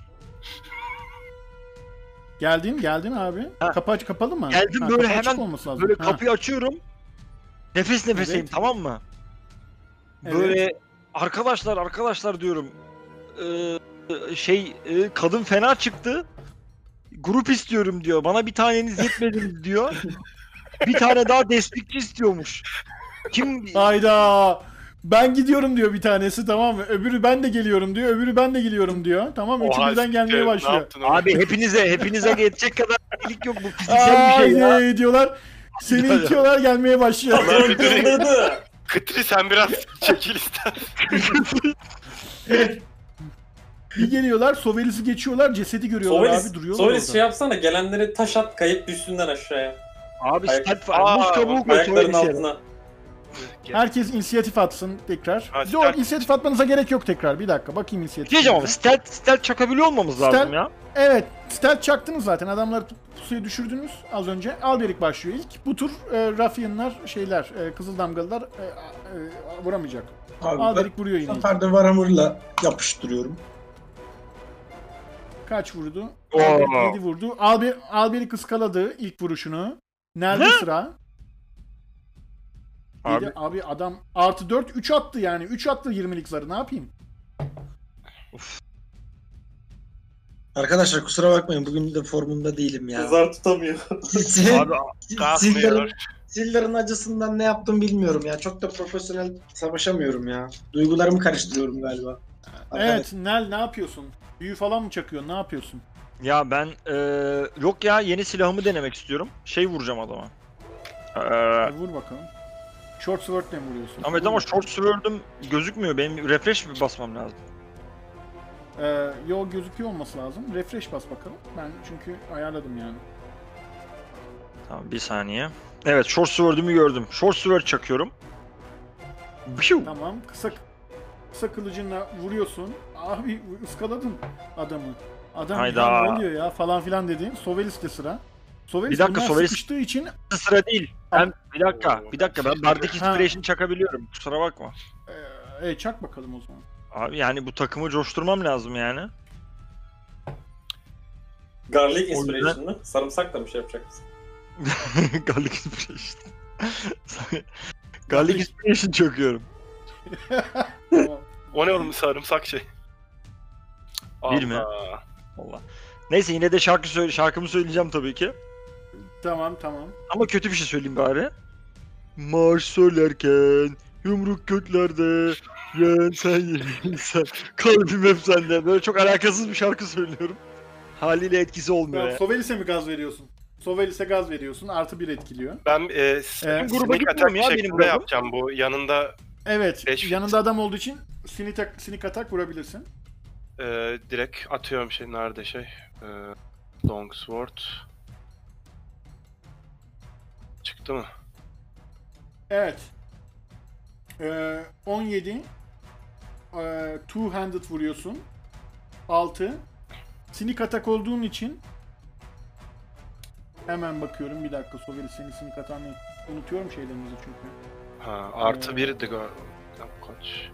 Geldin abi. Ha. Kapı kapalı mı? Geldim Ha, böyle kapı açık hemen olması lazım. böyle Ha. kapıyı açıyorum. Nefes nefeseyim, Evet. tamam mı? Böyle arkadaşlar diyorum. Kadın fena çıktı. Grup istiyorum diyor. Bana bir taneniz yetmedi diyor. Bir tane daha destekçi istiyormuş. Kim? Hayda. Ben gidiyorum diyor bir tanesi, tamam mı? Öbürü ben de geliyorum diyor. Öbürü ben de geliyorum diyor. Tamam mı? Üçü Oha, birden gelmeye ne başlıyor. yaptın oğlum? Abi hepinize yetecek kadar iyilik yok, bu fiziksel bir şey ya. Ay diyorlar. Seni itiyorlar, gelmeye başlıyor. Lan bir dur. Kırdırdı. Kıtri sen biraz çekil istersen. Bir geliyorlar, Sovelis'i geçiyorlar, cesedi görüyorlar abi, duruyorlar Sovelis orada. şey yapsana, gelenleri taş at, kayıp düşsünden aşağıya. Abi Ayak- step var. Muz kabuğu koy Ayaklarının Sovelis'e. altına. Herkes inisiyatif atsın tekrar. Ha, Yok, stealth. inisiyatif atmanıza gerek yok tekrar. Bir dakika bakayım inisiyatif. Diyeceğim ama stealth çakabiliyor olmamız lazım Stealth- ya. Evet, stealth çaktınız zaten. Adamları pusuya düşürdünüz az önce. Alberik başlıyor ilk. Bu tur Ruffian'lar, Kızıl Damgalılar vuramayacak. Abi Alberik vuruyor bu yine. sefer de Warhammer'la yapıştırıyorum. Kaç vurdu? Oo. Alberik 7 vurdu. Alberik ıskaladı ilk vuruşunu. Nerede Ne? sıra? Abi. Abi adam artı 4 3 attı yani. 3 attı 20'lik zarı, ne yapayım? Arkadaşlar kusura bakmayın, bugün de formumda değilim ya. Zar tutamıyor. Abi Sildar'ın acısından ne yaptım bilmiyorum ya. Çok da profesyonel savaşamıyorum ya. Duygularımı karıştırıyorum galiba. Evet, Nel ne yapıyorsun? Büyü falan mı çakıyorsun? Ne yapıyorsun? ya ben yok ya, yeni silahımı denemek istiyorum. Şey vuracağım adama. Vur bakalım. Short sword'le mi vuruyorsun? Ahmet Vur ama bakalım. short sword'um gözükmüyor. Benim refresh mi basmam lazım? Yo, gözüküyor olması lazım. Refresh bas bakalım. Ben çünkü ayarladım yani. Tamam, bir saniye. Evet, short sword'umu gördüm. Short sword çakıyorum. Biu! Tamam. Kısa kılıcınla vuruyorsun. Abi ıskaladın adamı. Adam Hayda. ya ne oluyor ya falan filan dedi. Sovelis'te sıra. Sovelis Bir dakika, bunlar Sovelis- sıkıştığı için Sıra değil. Ben bir dakika ben Bardic Ha. Inspiration çakabiliyorum. Kusura bakma. çak bakalım o zaman. Abi yani bu takımı coşturmam lazım yani. Garlic O yüzden- Inspiration mı? Sarımsakla mı şey yapacak mısın? Garlic Inspiration. Garlic Inspiration çakıyorum. Tamam. O ne oğlum, sarımsak şey. Bir mi? Allah. Allah. Neyse, yine de şarkımı söyleyeceğim tabii ki. Tamam. Ama kötü bir şey söyleyeyim bari. Marş söylerken yumruk göklerde, yen sen sen kalbim hep sende. Böyle çok alakasız bir şarkı söylüyorum. Haliyle etkisi olmuyor Tamam, ya. Sovelis'e mi gaz veriyorsun? Sovelis'e gaz veriyorsun. Artı 1 etkiliyor. Ben Benim gruba sneak gitmiyor attack mu ya benim şeklinde grubum? yapacağım bu. Yanında Evet. 5 feet. Yanında adam olduğu için sneak attack vurabilirsin. Direkt atıyorum şey, nerede şey. Longsword. Çıktı mı? Evet. 17. Two-handed vuruyorsun. 6. Sneak attack olduğun için hemen bakıyorum, bir dakika. Sovelis senin sneak attack'ını unutuyorum şeylerinizi çünkü. Ha, artı birdi galiba. Kaç?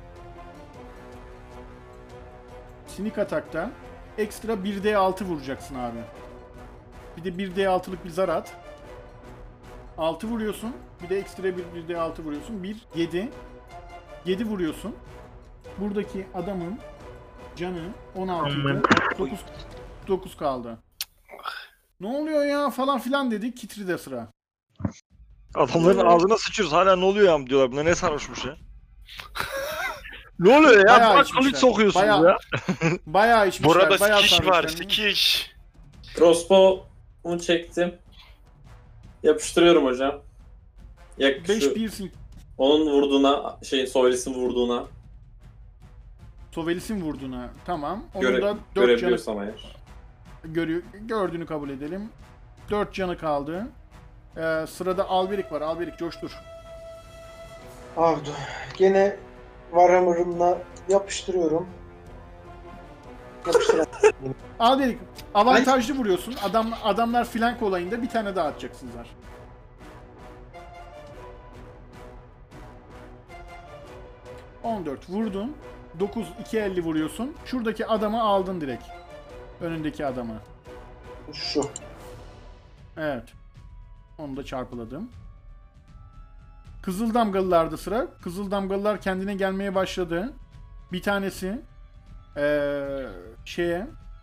Sneak Attack'ta ekstra 1d6 vuracaksın abi. Bir de 1d6'lık bir zar at. 6 vuruyorsun. Bir de ekstra 1d6 vuruyorsun. 1, 7. 7 vuruyorsun. Buradaki adamın canı 16 idi. 9 kaldı. Ne oluyor ya falan filan dedik. Kitri'de sıra. Adamların ağzına sıçıyoruz. Hala ne oluyor ya diyorlar. Bunlar ne sarhoşmuş ya. Ne oluyor ya? Bayağı Bak içmişler. kılıç sokuyorsunuz Bayağı- ya. Bayağı içmişler. Burada bayağı sikiş var, sarhoşlar. sikiş. Crossbow'u çektim. Yapıştırıyorum hocam. 5 Şu, piercing. onun vurduğuna, Soylis'in vurduğuna Sovelis'in vurduğuna. Tamam. Onun da 4 canı görebiliyorsam eğer. gördüğünü kabul edelim. 4 canı kaldı. Sırada Alberik var. Alberik coştur. Abi gene Warhammer'ımla yapıştırıyorum. Yapıştıramam. Alberik avantajlı vuruyorsun. Adamlar flank olayında bir tane daha atacaksınız. 14 vurdun. 9 250 vuruyorsun. Şuradaki adamı aldın direkt. Önündeki adamı. Şu. Evet. Onu da çarpıladım. Kızıl damgalılarda sıra. Kızıl damgalılar kendine gelmeye başladı. Bir tanesi şeye.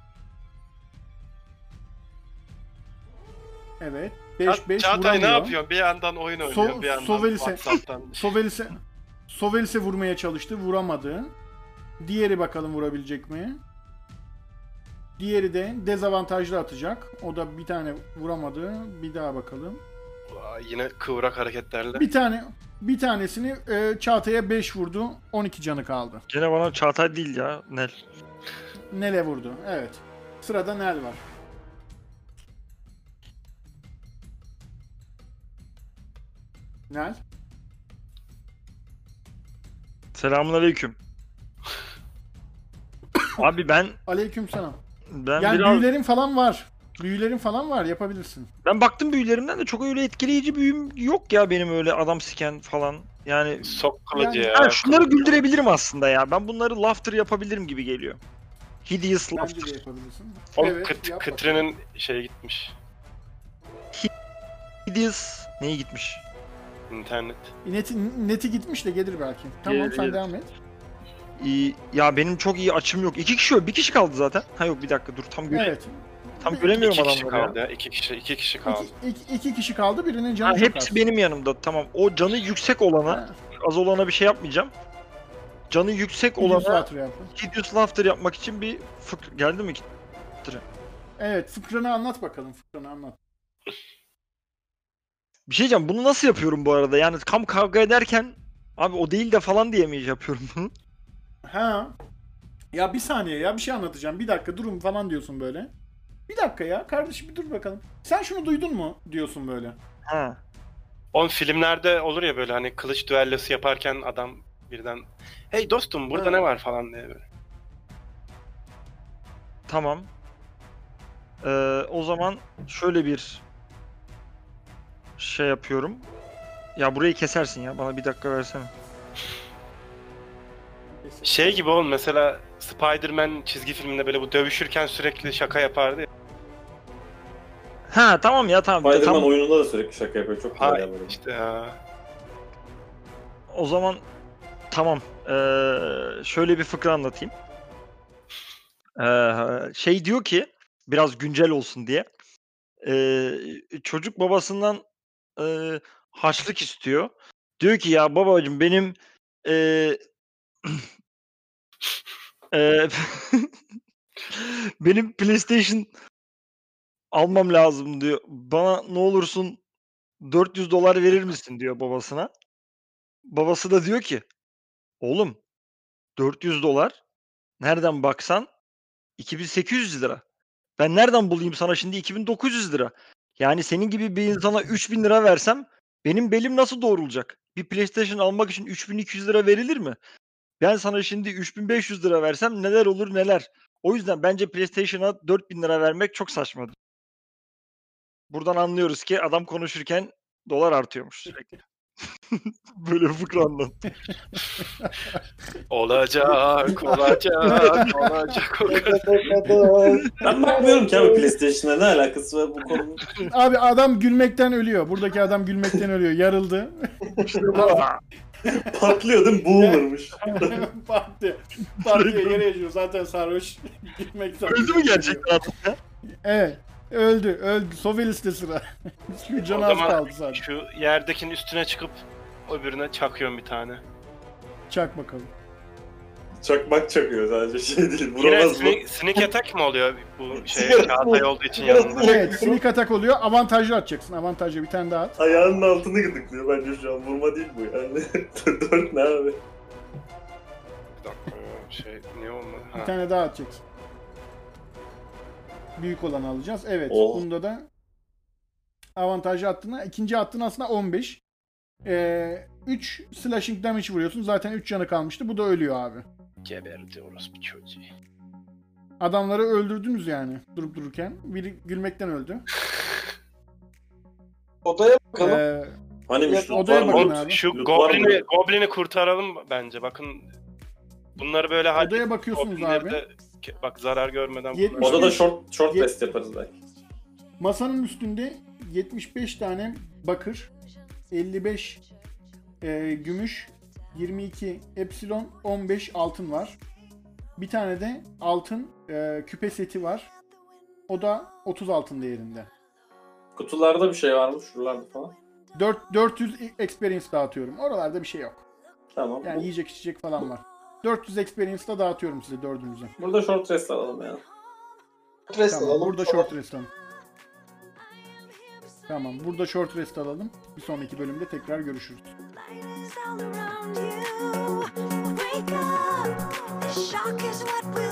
Evet. 5-5 Çağatay ne vuramıyor. yapıyor? Bir yandan oyun oynuyor, bir yandan Sovelis'e WhatsApp'tan. Sovelis'e vurmaya çalıştı. Vuramadı. Diğeri bakalım vurabilecek mi? Diğeri de dezavantajlı atacak. O da bir tane vuramadı. Bir daha bakalım. Yine kıvrak hareketlerle. Bir tanesini Çağatay'a 5 vurdu. 12 canı kaldı. Gene bana Çağatay değil ya. Nel. Nel'e vurdu. Evet. Sırada Nel var. Nel. Selamünaleyküm. Abi ben Aleykümselam. biraz Büyülerin falan var. Büyülerin falan var. Yapabilirsin. ben baktım büyülerimden de çok öyle etkileyici büyüm yok ya benim öyle adam siken falan. Yani Sok kılıcı Yani- ya. ha, şunları güldürebilirim aslında ya. Ben bunları laughter yapabilirim gibi geliyor. Hideous Bence laughter. de yapabilirsin. Oğlum Evet, yap bakalım. Kıtre'nin şeye gitmiş. Hideous neye gitmiş? İnternet. Neti gitmiş de gelir belki. Tamam Gelir, sen gelir. devam et. Ya benim çok iyi açım yok. 2 kişi yok. 1 kişi kaldı zaten. Ha yok bir dakika dur tam Evet. tam göremiyorum İki kişi adamları kaldı ya. ya. İki kişi kaldı. İki kişi kaldı. Birinin canı Ha, çok hepsi az. benim yanımda tamam. O canı yüksek olana, Ha, az olana bir şey yapmayacağım. Canı yüksek Hideous olana Laughter yaptın. Hideous laughter yapmak için bir fıkra geldi mi? Evet, fıkranı anlat bakalım. Fıkranı anlat. Bir şey diyeceğim. Bunu nasıl yapıyorum bu arada? Yani tam kavga ederken abi o değil de falan diye mi yapıyorum bunu? Ha. Ya bir saniye ya bir şey anlatacağım. Bir dakika durun falan diyorsun böyle. Bir dakika ya kardeşim bir dur bakalım. Sen şunu duydun mu diyorsun böyle. Ha. Oğlum filmlerde olur ya böyle hani kılıç düellosu yaparken adam birden hey dostum burada Ha. ne var falan diye böyle. Tamam. O zaman şöyle bir şey yapıyorum. Ya burayı kesersin ya. Bana bir dakika versene. Şey gibi oğlum mesela Spider-Man çizgi filminde böyle bu dövüşürken sürekli şaka yapardı ya. Ha tamam ya tamam. Spider-Man Tamam. oyununda da sürekli şaka yapıyor. Çok Ha güzel ya böyle. işte ya. O zaman tamam. Şöyle bir fıkra anlatayım. Şey diyor ki biraz güncel olsun diye. Çocuk babasından harçlık istiyor. Diyor ki ya babacığım benim benim PlayStation almam lazım diyor. Bana ne olursun $400 verir misin diyor babasına. Babası da diyor ki oğlum $400 nereden baksan 2800 lira. Ben nereden bulayım sana şimdi 2900 lira? Yani senin gibi bir insana 3000 lira versem benim belim nasıl doğrulacak? Bir PlayStation almak için 3200 lira verilir mi? Ben sana şimdi 3500 lira versem neler olur neler. O yüzden bence PlayStation'a 4000 lira vermek çok saçma. Buradan anlıyoruz ki adam konuşurken dolar artıyormuş sürekli. Böyle bir fıkra anlat. Olacak. Ben bakmıyorum ki abi PlayStation'a ne alakası var bu konunun. Abi adam gülmekten ölüyor. Buradaki adam gülmekten ölüyor. Yarıldı. Patlıyor değil mi? Boomer'mış. Partiye yere yaşıyor. Zaten sarhoş. Gülmekten. Öldü mü gerçekten adam ya? Evet. Öldü. Sovelis'te sıra. Şu O canı az zaman kaldı sadece. şu yerdekinin üstüne çıkıp öbürüne çakıyorum bir tane. Çak bakalım. Çakmak çakıyor sadece şey değil. Yine Vuramaz mı? sneak attack mi oluyor bu şey Sigara- Çağatay olduğu için yanında? Evet. Sneak attack oluyor. Avantajlı atacaksın. Avantajlı bir tane daha at. Ayağının altını gıdıklıyor bence şu an. Vurma değil bu yani. 4 ne abi? Bir dakika şey niye olmadı? Bir Ha. tane daha atacaksın. Büyük olanı alacağız. Evet. Oh. Bunda da avantajlı attığına, ikinci attığın aslında 15. 3 slashing damage vuruyorsun. Zaten 3 canı kalmıştı. Bu da ölüyor abi. Geberdi orospu çocuğu. Adamları öldürdünüz yani durup dururken. Biri gülmekten öldü. Odaya bakalım. Hani Odaya bakın abi. Şu Loot var mı? goblini kurtaralım bence. Bakın bunları böyle Odaya bakıyorsunuz goblinleri abi. de bak zarar görmeden 70 Odada short Ye- rest yaparız belki. Masanın üstünde 75 tane bakır, 55 gümüş, 22 epsilon, 15 altın var. Bir tane de altın küpe seti var. O da 30 altın değerinde. Kutularda bir şey var mı? Şuralarda falan. 400 experience dağıtıyorum. Oralarda bir şey yok. Tamam. Yani yiyecek içecek falan var. 400 experience da dağıtıyorum size dördünüze. Burada short rest alalım ya. Rest Tamam, alalım. burada short rest alalım. Tamam, burada short rest alalım. Bir sonraki bölümde tekrar görüşürüz. Light is all around you. Wake up. The shock is what will